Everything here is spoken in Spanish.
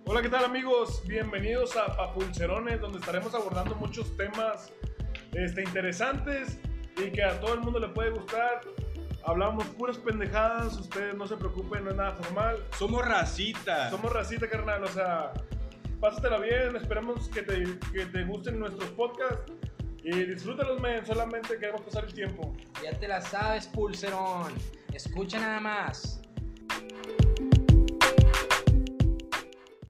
Hola, ¿qué tal amigos? Bienvenidos a Papulcerones, donde estaremos abordando muchos temas interesantes y que a todo el mundo le puede gustar. Hablamos puras pendejadas, ustedes no se preocupen, no es nada formal. Somos racita. Somos racita, carnal, o sea, pásatela bien, esperemos que te gusten nuestros podcasts y disfrútalos, men, solamente queremos pasar el tiempo. Ya te la sabes, pulserón. Escucha nada más.